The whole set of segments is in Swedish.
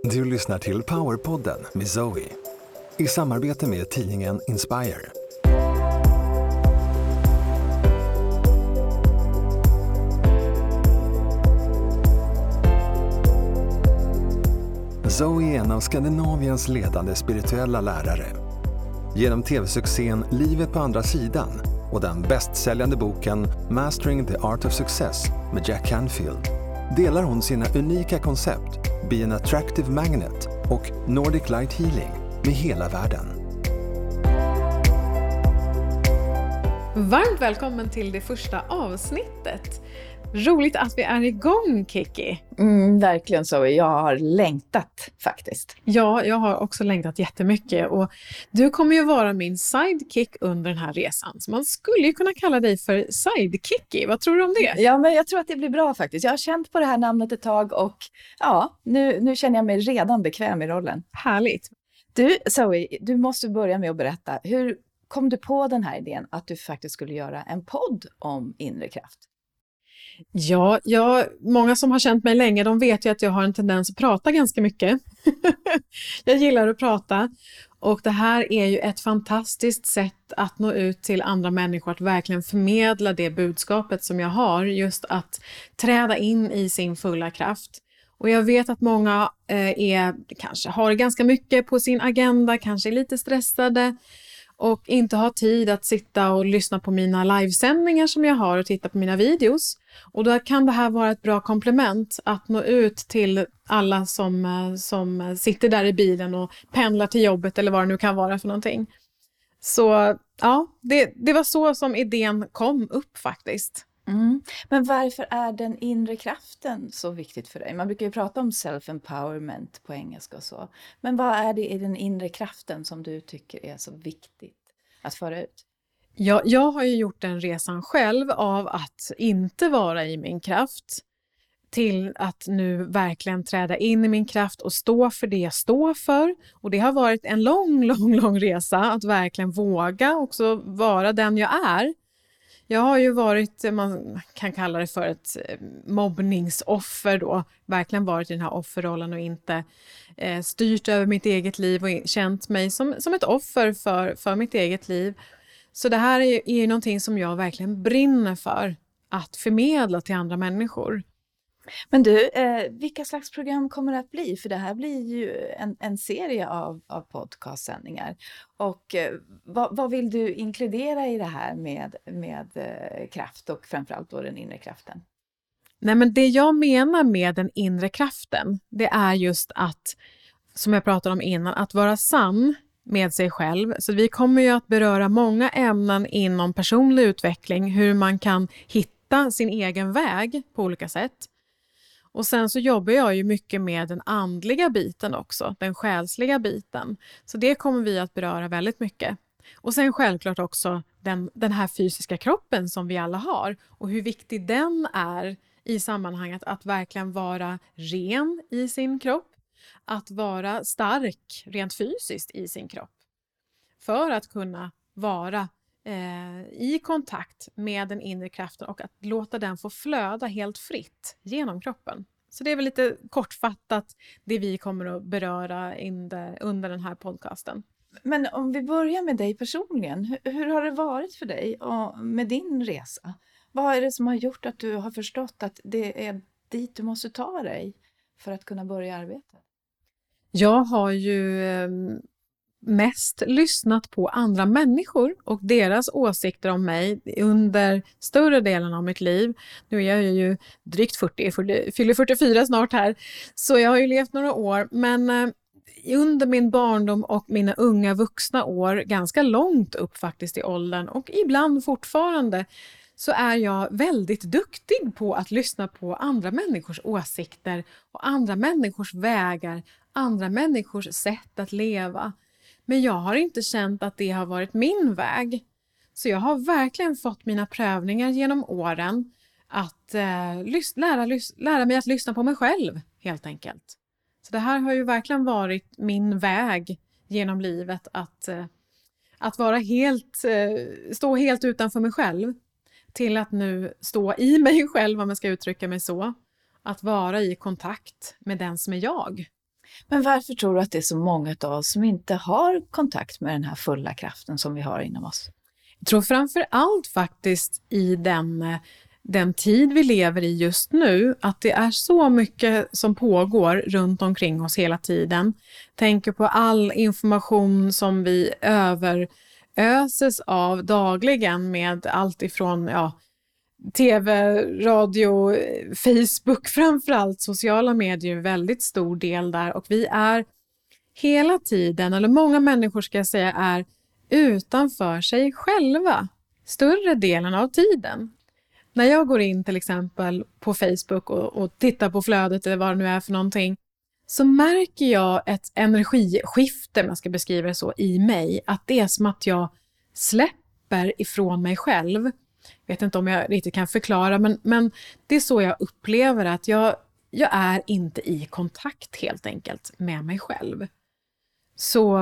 Du lyssnar till Powerpodden med Zoe. I samarbete med tidningen Inspire. Zoe är en av Skandinaviens ledande spirituella lärare. Genom tv-succén Livet på andra sidan och den bästsäljande boken Mastering the Art of Success med Jack Canfield delar hon sina unika koncept Be an Attractive Magnet och Nordic Light Healing med hela världen. Varmt välkommen till det första avsnittet. Roligt att vi är igång, Kiki. Verkligen så. Jag har längtat faktiskt. Ja, jag har också längtat jättemycket. Och du kommer ju vara min sidekick under den här resan. Så man skulle ju kunna kalla dig för Sidekiki. Vad tror du om det? Ja, men jag tror att det blir bra faktiskt. Jag har känt på det här namnet ett tag och ja, nu känner jag mig redan bekväm i rollen. Härligt. Du, Zoe, du måste börja med att berätta. Hur kom du på den här idén att du faktiskt skulle göra en podd om inre kraft? Ja, många som har känt mig länge, de vet ju att jag har en tendens att prata ganska mycket. Jag gillar att prata och det här är ju ett fantastiskt sätt att nå ut till andra människor, att verkligen förmedla det budskapet som jag har, just att träda in i sin fulla kraft. Och jag vet att många kanske har ganska mycket på sin agenda, kanske är lite stressade och inte har tid att sitta och lyssna på mina livesändningar som jag har och titta på mina videos. Och då kan det här vara ett bra komplement att nå ut till alla som sitter där i bilen och pendlar till jobbet eller vad det nu kan vara för någonting. Så ja, det var så som idén kom upp faktiskt. Men varför är den inre kraften så viktigt för dig? Man brukar ju prata om self-empowerment på engelska och så. Men vad är det i den inre kraften som du tycker är så viktigt att föra ut? Ja, jag har ju gjort den resan själv av att inte vara i min kraft till att nu verkligen träda in i min kraft och stå för det jag står för. Och det har varit en lång resa att verkligen våga också vara den jag är. Jag har ju varit, man kan kalla det för ett mobbningsoffer då, verkligen varit i den här offerrollen och inte styrt över mitt eget liv och känt mig som ett offer för mitt eget liv. Så det här är ju någonting som jag verkligen brinner för att förmedla till andra människor. Men du, vilka slags program kommer det att bli? För det här blir ju en serie av podcastsändningar. Och vad vill du inkludera i det här med kraft och framförallt då den inre kraften? Nej, men det jag menar med den inre kraften, det är just att, som jag pratade om innan, att vara sann med sig själv. Så vi kommer ju att beröra många ämnen inom personlig utveckling, hur man kan hitta sin egen väg på olika sätt. Och sen så jobbar jag ju mycket med den andliga biten också, den själsliga biten. Så det kommer vi att beröra väldigt mycket. Och sen självklart också den här fysiska kroppen som vi alla har. Och hur viktig den är i sammanhanget att verkligen vara ren i sin kropp. Att vara stark rent fysiskt i sin kropp. För att kunna vara i kontakt med den inre kraften och att låta den få flöda helt fritt genom kroppen. Så det är väl lite kortfattat det vi kommer att beröra under den här podcasten. Men om vi börjar med dig personligen, hur har det varit för dig och med din resa? Vad är det som har gjort att du har förstått att det är dit du måste ta dig för att kunna börja arbeta? Jag har ju mest lyssnat på andra människor och deras åsikter om mig under större delen av mitt liv. Nu är jag ju drygt 40, fyller 44 snart här, så jag har ju levt några år. Men under min barndom och mina unga vuxna år, ganska långt upp faktiskt i åldern och ibland fortfarande, så är jag väldigt duktig på att lyssna på andra människors åsikter och andra människors vägar, andra människors sätt att leva. Men jag har inte känt att det har varit min väg. Så jag har verkligen fått mina prövningar genom åren att lära mig att lyssna på mig själv helt enkelt. Så det här har ju verkligen varit min väg genom livet att vara stå helt utanför mig själv till att nu stå i mig själv, om man ska uttrycka mig så. Att vara i kontakt med den som är jag. Men varför tror du att det är så många av oss som inte har kontakt med den här fulla kraften som vi har inom oss? Jag tror framför allt faktiskt i den tid vi lever i just nu, att det är så mycket som pågår runt omkring oss hela tiden. Tänker på all information som vi överöses av dagligen med allt ifrån TV, radio, Facebook, framförallt sociala medier är en väldigt stor del där, och vi är hela tiden, eller många människor ska jag säga, är utanför sig själva större delen av tiden. När jag går in till exempel på Facebook och tittar på flödet eller vad det nu är för någonting, så märker jag ett energiskifte, om jag ska beskriva det så, i mig. Att det är som att jag släpper ifrån mig själv. Jag vet inte om jag riktigt kan förklara, men det är så jag upplever att jag är inte i kontakt helt enkelt med mig själv. Så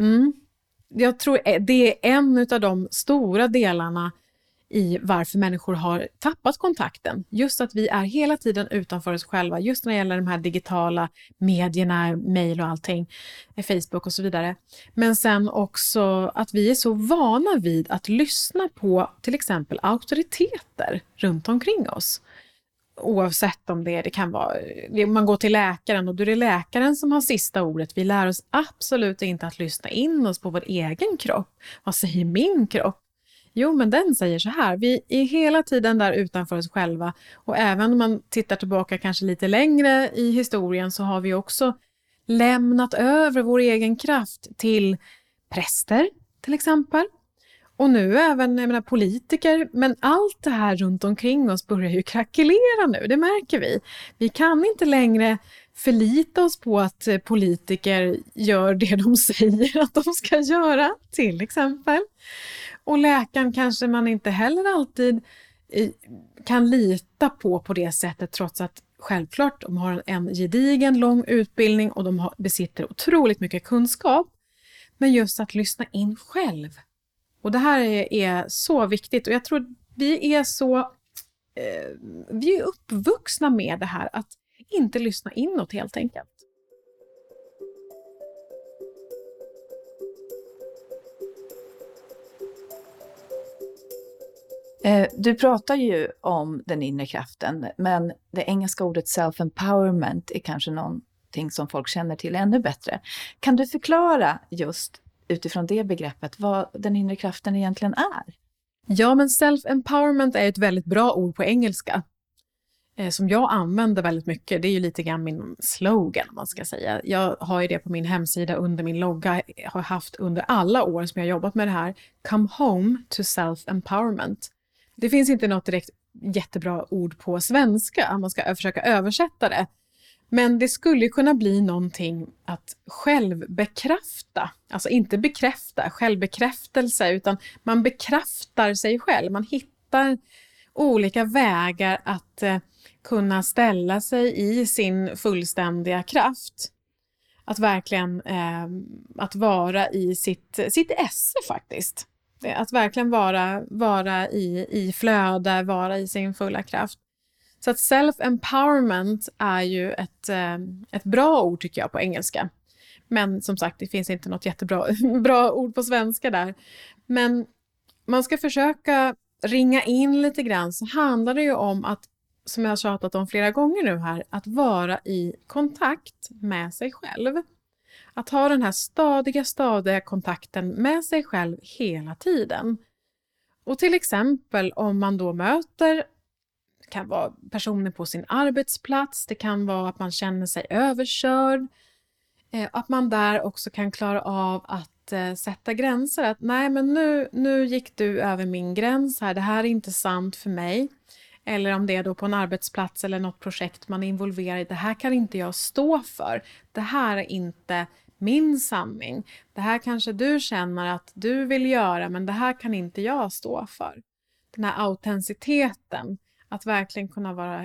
jag tror det är en av de stora delarna i varför människor har tappat kontakten. Just att vi är hela tiden utanför oss själva. Just när det gäller de här digitala medierna, mejl och allting, Facebook och så vidare. Men sen också att vi är så vana vid att lyssna på till exempel auktoriteter runt omkring oss. Oavsett om det kan vara, man går till läkaren och då är det läkaren som har sista ordet. Vi lär oss absolut inte att lyssna in oss på vår egen kropp. Vad säger min kropp? Jo, men den säger så här. Vi är hela tiden där utanför oss själva. Och även om man tittar tillbaka kanske lite längre i historien, så har vi också lämnat över vår egen kraft till präster till exempel. Och nu även politiker. Men allt det här runt omkring oss börjar ju krackelera nu. Det märker vi. Vi kan inte längre förlita oss på att politiker gör det de säger att de ska göra till exempel. Och läkaren kanske man inte heller alltid kan lita på det sättet, trots att självklart de har en gedigen lång utbildning och de besitter otroligt mycket kunskap. Men just att lyssna in själv. Och det här är så viktigt, och jag tror vi är uppvuxna med det här att inte lyssna inåt helt enkelt. Du pratar ju om den inre kraften, men det engelska ordet self-empowerment är kanske någonting som folk känner till ännu bättre. Kan du förklara just utifrån det begreppet vad den inre kraften egentligen är? Ja, men self-empowerment är ett väldigt bra ord på engelska som jag använder väldigt mycket. Det är ju lite grann min slogan, man ska säga. Jag har ju det på min hemsida under min logga. Jag har haft under alla år som jag har jobbat med det här. Come home to self-empowerment. Det finns inte något direkt jättebra ord på svenska om man ska försöka översätta det. Men det skulle kunna bli någonting att självbekrafta. Alltså inte bekräfta, självbekräftelse, utan man bekräftar sig själv. Man hittar olika vägar att kunna ställa sig i sin fullständiga kraft. Att verkligen att vara i sitt esse faktiskt. Att verkligen vara i flöde, vara i sin fulla kraft. Så att self-empowerment är ju ett bra ord tycker jag på engelska. Men som sagt, det finns inte något jättebra ord på svenska där. Men man ska försöka ringa in lite grann, så handlar det ju om att, som jag har tjatat om flera gånger nu här, att vara i kontakt med sig själv. Att ha den här stadiga kontakten med sig själv hela tiden. Och till exempel om man då möter, det kan vara personer på sin arbetsplats, det kan vara att man känner sig överkörd. Att man där också kan klara av att sätta gränser. Att nej, men nu gick du över min gräns här, det här är inte sant för mig. Eller om det är då på en arbetsplats eller något projekt man är involverad i, det här kan inte jag stå för. Det här är inte min sanning. Det här kanske du känner att du vill göra, men det här kan inte jag stå för. Den här autenticiteten, att verkligen kunna vara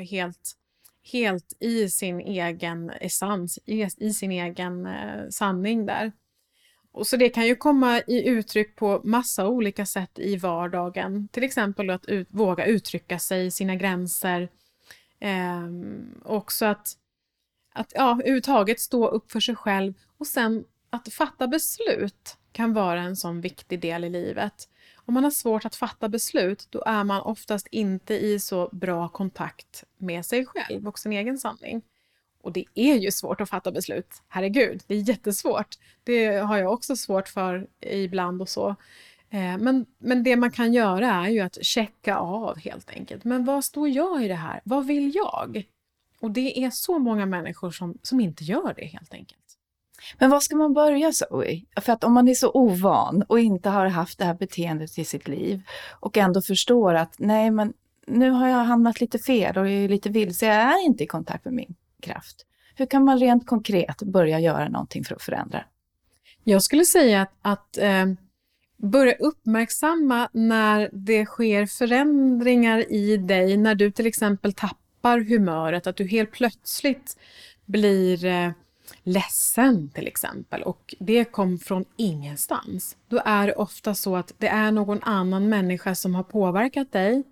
helt i sin egen essens, i sin egen sanning där. Och så det kan ju komma i uttryck på massa olika sätt i vardagen. Till exempel att våga uttrycka sig, sina gränser. Också att överhuvudtaget stå upp för sig själv, och sen att fatta beslut kan vara en sån viktig del i livet. Om man har svårt att fatta beslut, då är man oftast inte i så bra kontakt med sig själv och sin egen sanning. Och det är ju svårt att fatta beslut. Herregud, det är jättesvårt. Det har jag också svårt för ibland och så. Men det man kan göra är ju att checka av helt enkelt. Men vad står jag i det här? Vad vill jag? Och det är så många människor som inte gör det helt enkelt. Men vad ska man börja Zoe? För att om man är så ovan och inte har haft det här beteendet i sitt liv och ändå förstår att nej, men nu har jag hamnat lite fel och är lite vilse, jag är inte i kontakt med min kraft. Hur kan man rent konkret börja göra någonting för att förändra? Jag skulle säga att börja uppmärksamma när det sker förändringar i dig, när du till exempel tappar humöret, att du helt plötsligt blir ledsen till exempel, och det kom från ingenstans. Då är det ofta så att det är någon annan människa som har påverkat dig,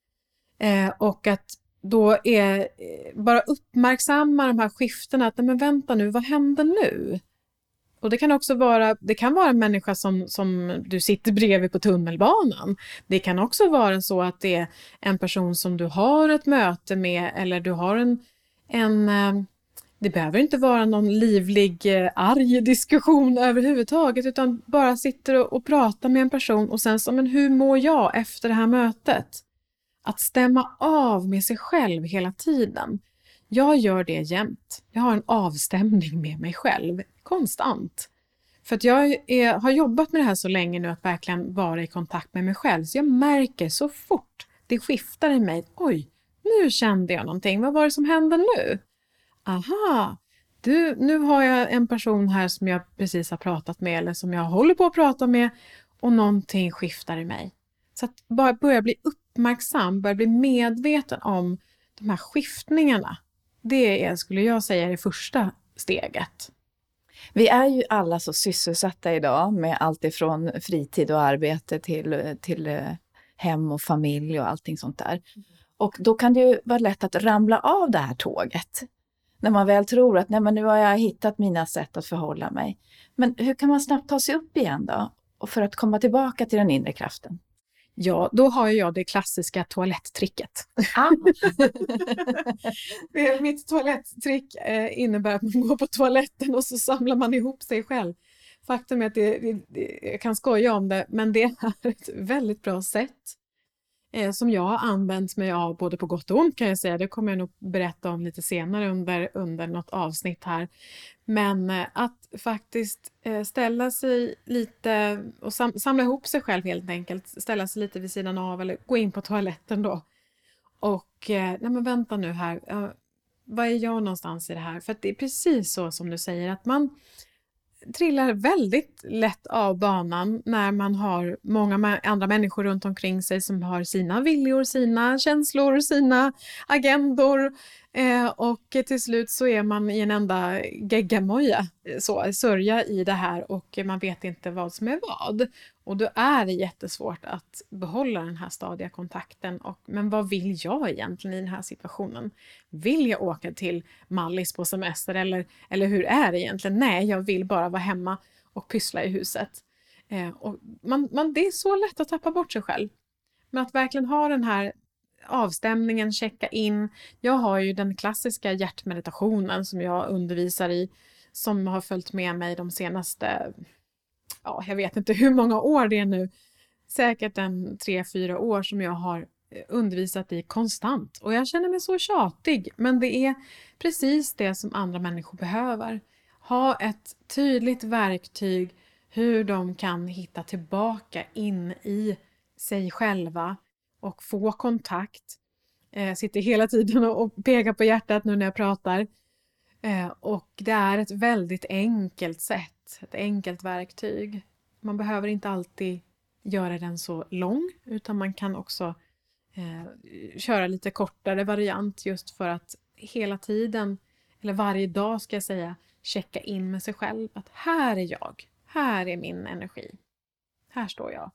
och att då är bara uppmärksamma de här skiftena, att men vänta nu, vad händer nu? Och det kan också vara, en människa som du sitter bredvid på tunnelbanan. Det kan också vara så att det är en person som du har ett möte med, eller du har det behöver inte vara någon livlig, arg diskussion överhuvudtaget, utan bara sitter och pratar med en person och sen så, men hur mår jag efter det här mötet? Att stämma av med sig själv hela tiden. Jag gör det jämt. Jag har en avstämning med mig själv, konstant. För att jag har jobbat med det här så länge nu, att verkligen vara i kontakt med mig själv. Så jag märker så fort det skiftar i mig, oj, nu kände jag någonting. Vad var det som hände nu? Aha, nu har jag en person här som jag precis har pratat med, eller som jag håller på att prata med, och någonting skiftar i mig. Så att bara börja bli uppmärksam, börja bli medveten om de här skiftningarna. Det är, skulle jag säga, det första steget. Vi är ju alla så sysselsatta idag med allt ifrån fritid och arbete till hem och familj och allting sånt där. Och då kan det ju vara lätt att ramla av det här tåget. När man väl tror att nej, men nu har jag hittat mina sätt att förhålla mig. Men hur kan man snabbt ta sig upp igen då? Och för att komma tillbaka till den inre kraften? Ja, då har jag det klassiska toaletttricket. Mitt toaletttrick innebär att man går på toaletten och så samlar man ihop sig själv. Faktum är att jag kan skoja om det, men det är ett väldigt bra sätt som jag har använt mig av både på gott och ont, kan jag säga. Det kommer jag nog berätta om lite senare under något avsnitt här. Men att faktiskt ställa sig lite och samla ihop sig själv helt enkelt. Ställa sig lite vid sidan av eller gå in på toaletten då. Och nej men vänta nu här. Vad är jag någonstans i det här? För att det är precis så som du säger, att man trillar väldigt lätt av banan när man har många andra människor runt omkring sig som har sina viljor, sina känslor, sina agendor, och till slut så är man i en enda geggamoja, sörja i det här, och man vet inte vad som är vad. Och då är det jättesvårt att behålla den här stadiga kontakten. Men vad vill jag egentligen i den här situationen? Vill jag åka till Mallis på semester eller hur är det egentligen? Nej, jag vill bara vara hemma och pyssla i huset. Och det är så lätt att tappa bort sig själv. Men att verkligen ha den här avstämningen, checka in. Jag har ju den klassiska hjärtmeditationen som jag undervisar i, som har följt med mig de senaste, jag vet inte hur många år det är nu, säkert 3-4 år som jag har undervisat i konstant. Och jag känner mig så tjatig, men det är precis det som andra människor behöver. Ha ett tydligt verktyg hur de kan hitta tillbaka in i sig själva och få kontakt. Sitter hela tiden och pekar på hjärtat nu när jag pratar. Och det är ett väldigt enkelt sätt, ett enkelt verktyg. Man behöver inte alltid göra den så lång, utan man kan också köra lite kortare variant, just för att hela tiden, eller varje dag ska jag säga, checka in med sig själv. Att här är jag, här är min energi, här står jag.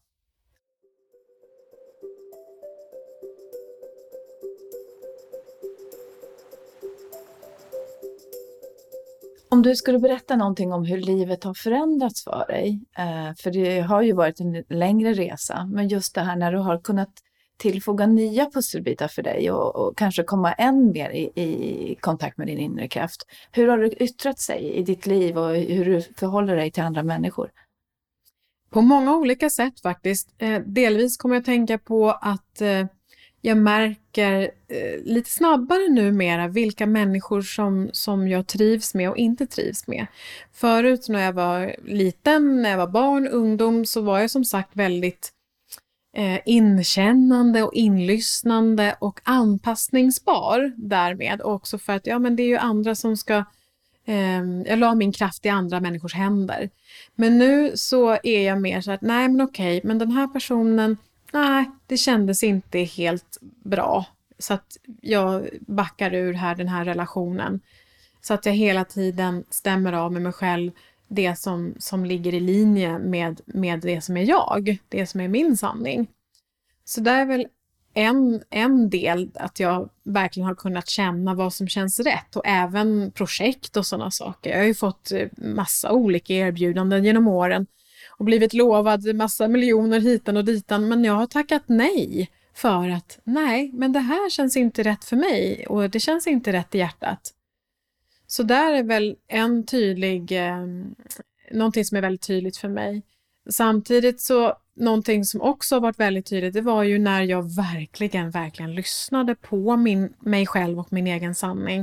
Om du skulle berätta någonting om hur livet har förändrats för dig, för det har ju varit en längre resa, men just det här när du har kunnat tillfoga nya pusselbitar för dig och kanske komma än mer i kontakt med din inre kraft. Hur har det yttrat sig i ditt liv och hur du förhåller dig till andra människor? På många olika sätt faktiskt. Delvis kommer jag tänka på att jag märker lite snabbare numera vilka människor som jag trivs med och inte trivs med. Förut när jag var liten, när jag var barn, ungdom, så var jag som sagt väldigt inkännande och inlyssnande och anpassningsbar därmed. Också för att men det är ju andra som ska... jag la min kraft i andra människors händer. Men nu så är jag mer så att okej, men den här personen, det kändes inte helt bra. Så att jag backar ur den här relationen. Så att jag hela tiden stämmer av med mig själv det som ligger i linje med det som är jag. Det som är min sanning. Så det är väl en del att jag verkligen har kunnat känna vad som känns rätt. Och även projekt och sådana saker. Jag har ju fått massa olika erbjudanden genom åren. Och blivit lovad massa miljoner hitan och ditan. Men jag har tackat nej. För att men det här känns inte rätt för mig. Och det känns inte rätt i hjärtat. Så där är väl någonting som är väldigt tydligt för mig. Samtidigt så, någonting som också har varit väldigt tydligt, det var ju när jag verkligen lyssnade på mig själv och min egen sanning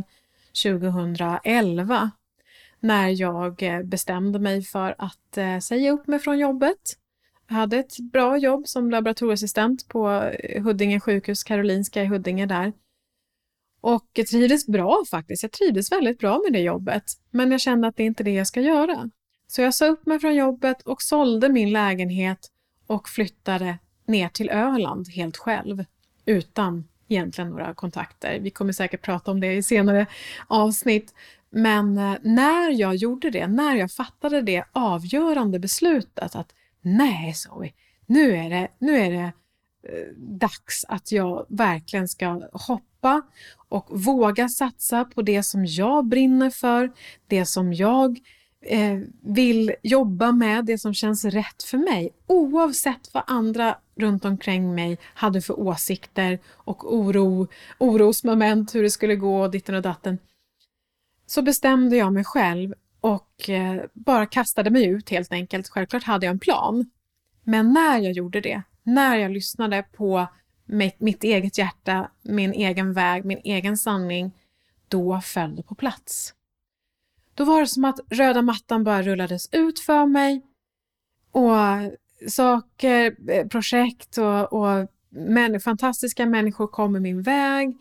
2011. När jag bestämde mig för att säga upp mig från jobbet. Jag hade ett bra jobb som laboratorieassistent på Huddinge sjukhus, Karolinska i Huddinge där. Och jag trivdes bra faktiskt. Jag trivdes väldigt bra med det jobbet. Men jag kände att det inte är det jag ska göra. Så jag sa upp mig från jobbet och sålde min lägenhet och flyttade ner till Öland helt själv. Utan egentligen några kontakter. Vi kommer säkert prata om det i senare avsnitt. Men när jag gjorde det, när jag fattade det avgörande beslutet att Zoe, nu är det dags att jag verkligen ska hoppa och våga satsa på det som jag brinner för, det som jag vill jobba med, det som känns rätt för mig, oavsett vad andra runt omkring mig hade för åsikter och orosmoment, hur det skulle gå ditten och datten. Så bestämde jag mig själv och bara kastade mig ut helt enkelt. Självklart hade jag en plan. Men när jag gjorde det, när jag lyssnade på mitt eget hjärta, min egen väg, min egen sanning, då föll det på plats. Då var det som att röda mattan bara rullades ut för mig. Och saker, projekt och fantastiska människor kom i min väg.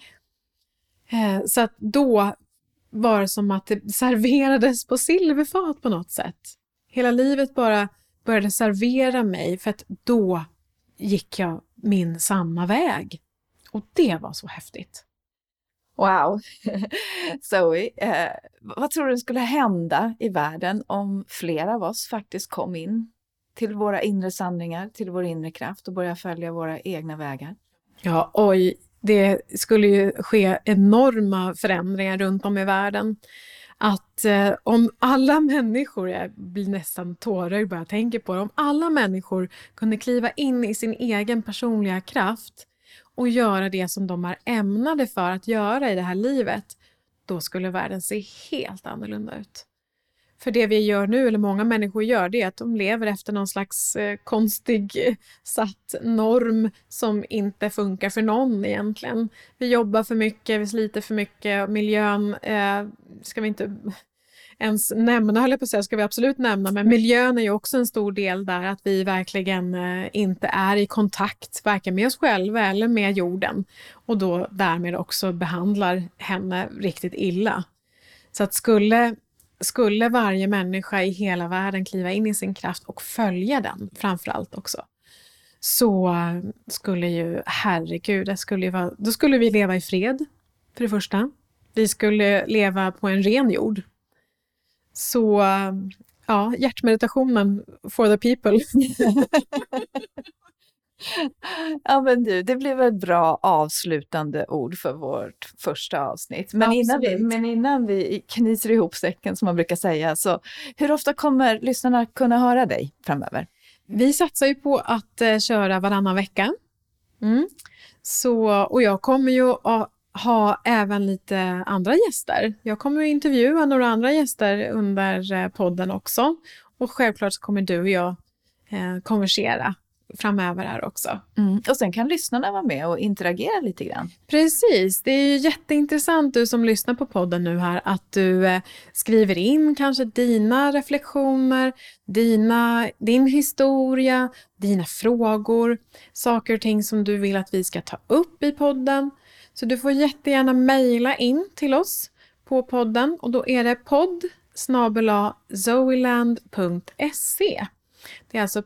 Så att då var det som att det serverades på silverfat på något sätt. Hela livet bara började servera mig, för att då gick jag min samma väg. Och det var så häftigt. Wow! Zoe, vad tror du skulle hända i världen om fler av oss faktiskt kom in till våra inre sanningar, till vår inre kraft och började följa våra egna vägar? Ja, det skulle ju ske enorma förändringar runt om i världen. Att om alla människor, jag blir nästan tårögd bara jag tänker på det, om alla människor kunde kliva in i sin egen personliga kraft och göra det som de är ämnade för att göra i det här livet, då skulle världen se helt annorlunda ut. För det vi gör nu, eller många människor gör, det är att de lever efter någon slags konstig satt norm som inte funkar för någon egentligen. Vi jobbar för mycket, vi sliter för mycket, miljön ska vi inte ens nämna, höll jag på att säga, ska vi absolut nämna, men miljön är ju också en stor del där, att vi verkligen inte är i kontakt varken med oss själva eller med jorden, och då därmed också behandlar henne riktigt illa. Så att skulle varje människa i hela världen kliva in i sin kraft och följa den framförallt också, så skulle ju, herregud, då skulle vi leva i fred för det första. Vi skulle leva på en ren jord. Så ja, hjärtmeditationen for the people. Ja, men du, det blev ett bra avslutande ord för vårt första avsnitt. Men Absolut. innan vi knyter ihop säcken, som man brukar säga, så hur ofta kommer lyssnarna kunna höra dig framöver? Vi satsar ju på att köra varannan vecka. Och jag kommer ju att ha även lite andra gäster. Jag kommer att intervjua några andra gäster under podden också. Och självklart så kommer du och jag konversera framöver här också. Och sen kan lyssnarna vara med och interagera lite grann. Precis, det är ju jätteintressant, du som lyssnar på podden nu här, att du skriver in kanske dina reflektioner, din historia, dina frågor, saker och ting som du vill att vi ska ta upp i podden. Så du får jättegärna mejla in till oss på podden, och då är det podd@zoeland.se. Det är alltså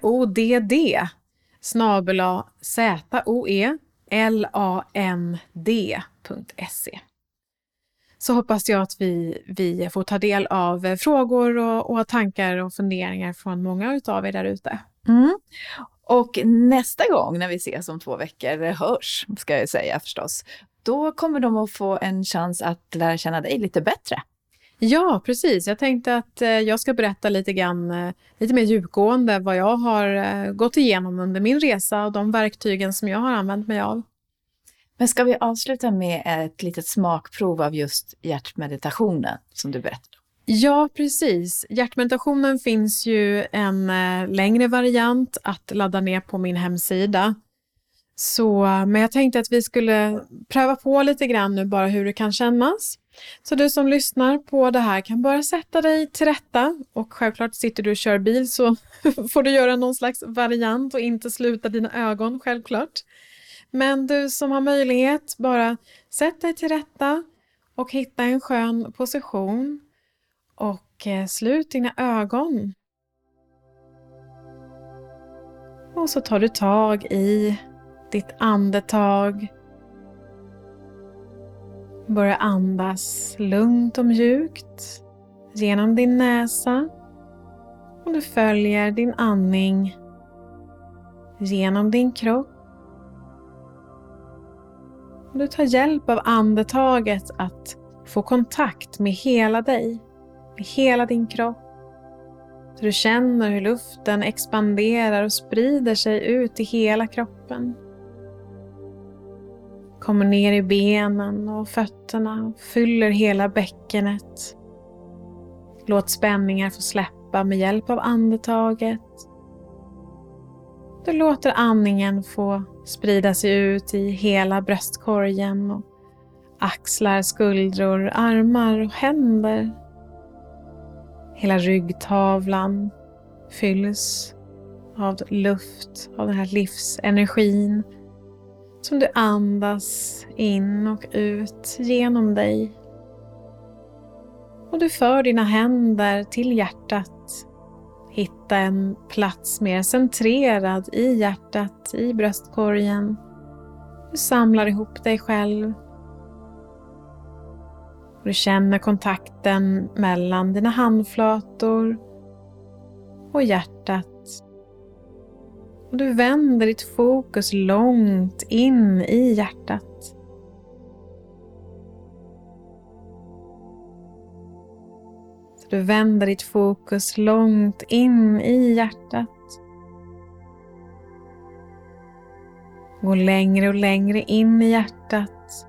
podd@zoeland.se. Så hoppas jag att vi får ta del av frågor och tankar och funderingar från många utav er där ute. Och nästa gång när vi ses om 2 veckor, hörs ska jag säga förstås, då kommer de att få en chans att lära känna dig lite bättre. Ja, precis. Jag tänkte att jag ska berätta lite mer djupgående vad jag har gått igenom under min resa och de verktygen som jag har använt mig av. Men ska vi avsluta med ett litet smakprov av just hjärtmeditationen som du berättade? Ja, precis. Hjärtmeditationen finns ju en längre variant att ladda ner på min hemsida. Men jag tänkte att vi skulle pröva på lite grann nu bara hur det kan kännas. Så du som lyssnar på det här kan bara sätta dig till rätta, och självklart sitter du och kör bil så får du göra någon slags variant och inte sluta dina ögon självklart. Men du som har möjlighet, bara sätt dig till rätta och hitta en skön position och slut dina ögon. Och så tar du tag i ditt andetag. Börja andas lugnt och mjukt genom din näsa, och du följer din andning genom din kropp. Och du tar hjälp av andetaget att få kontakt med hela dig, med hela din kropp. Så du känner hur luften expanderar och sprider sig ut i hela kroppen. Kommer ner i benen och fötterna och fyller hela bäckenet. Låt spänningar få släppa med hjälp av andetaget. Du låter andningen få sprida sig ut i hela bröstkorgen och axlar, skuldror, armar och händer. Hela ryggtavlan fylls av luft, av den här livsenergin som du andas in och ut genom dig. Och du för dina händer till hjärtat. Hitta en plats mer centrerad i hjärtat, i bröstkorgen. Du samlar ihop dig själv. Och du känner kontakten mellan dina handflator och hjärtat. Och du vänder ditt fokus långt in i hjärtat. Så du vänder ditt fokus långt in i hjärtat. Gå längre och längre in i hjärtat.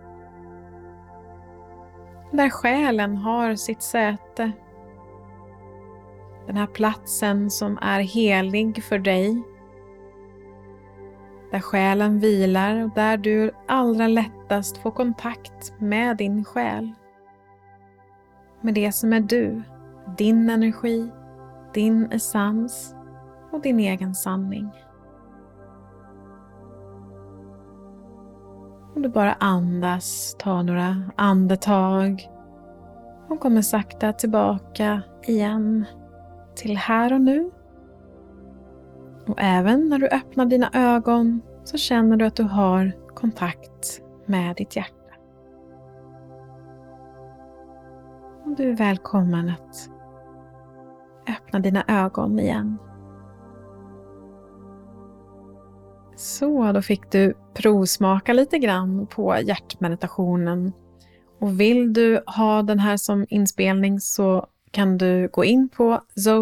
Där själen har sitt säte. Den här platsen som är helig för dig. Där själen vilar och där du allra lättast får kontakt med din själ. Med det som är du, din energi, din essens och din egen sanning. Och du bara andas, ta några andetag och kommer sakta tillbaka igen till här och nu. Och även när du öppnar dina ögon så känner du att du har kontakt med ditt hjärta. Och du är välkommen att öppna dina ögon igen. Så, då fick du provsmaka lite grann på hjärtmeditationen. Och vill du ha den här som inspelning så kan du gå in på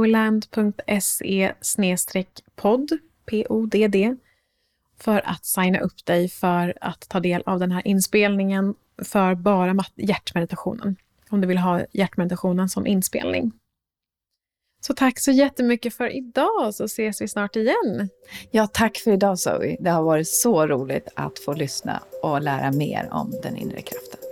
zoeland.se/podd, PODD, för att signa upp dig för att ta del av den här inspelningen för bara hjärtmeditationen. Om du vill ha hjärtmeditationen som inspelning. Så tack så jättemycket för idag, så ses vi snart igen. Ja, tack för idag Zoe. Det har varit så roligt att få lyssna och lära mer om den inre kraften.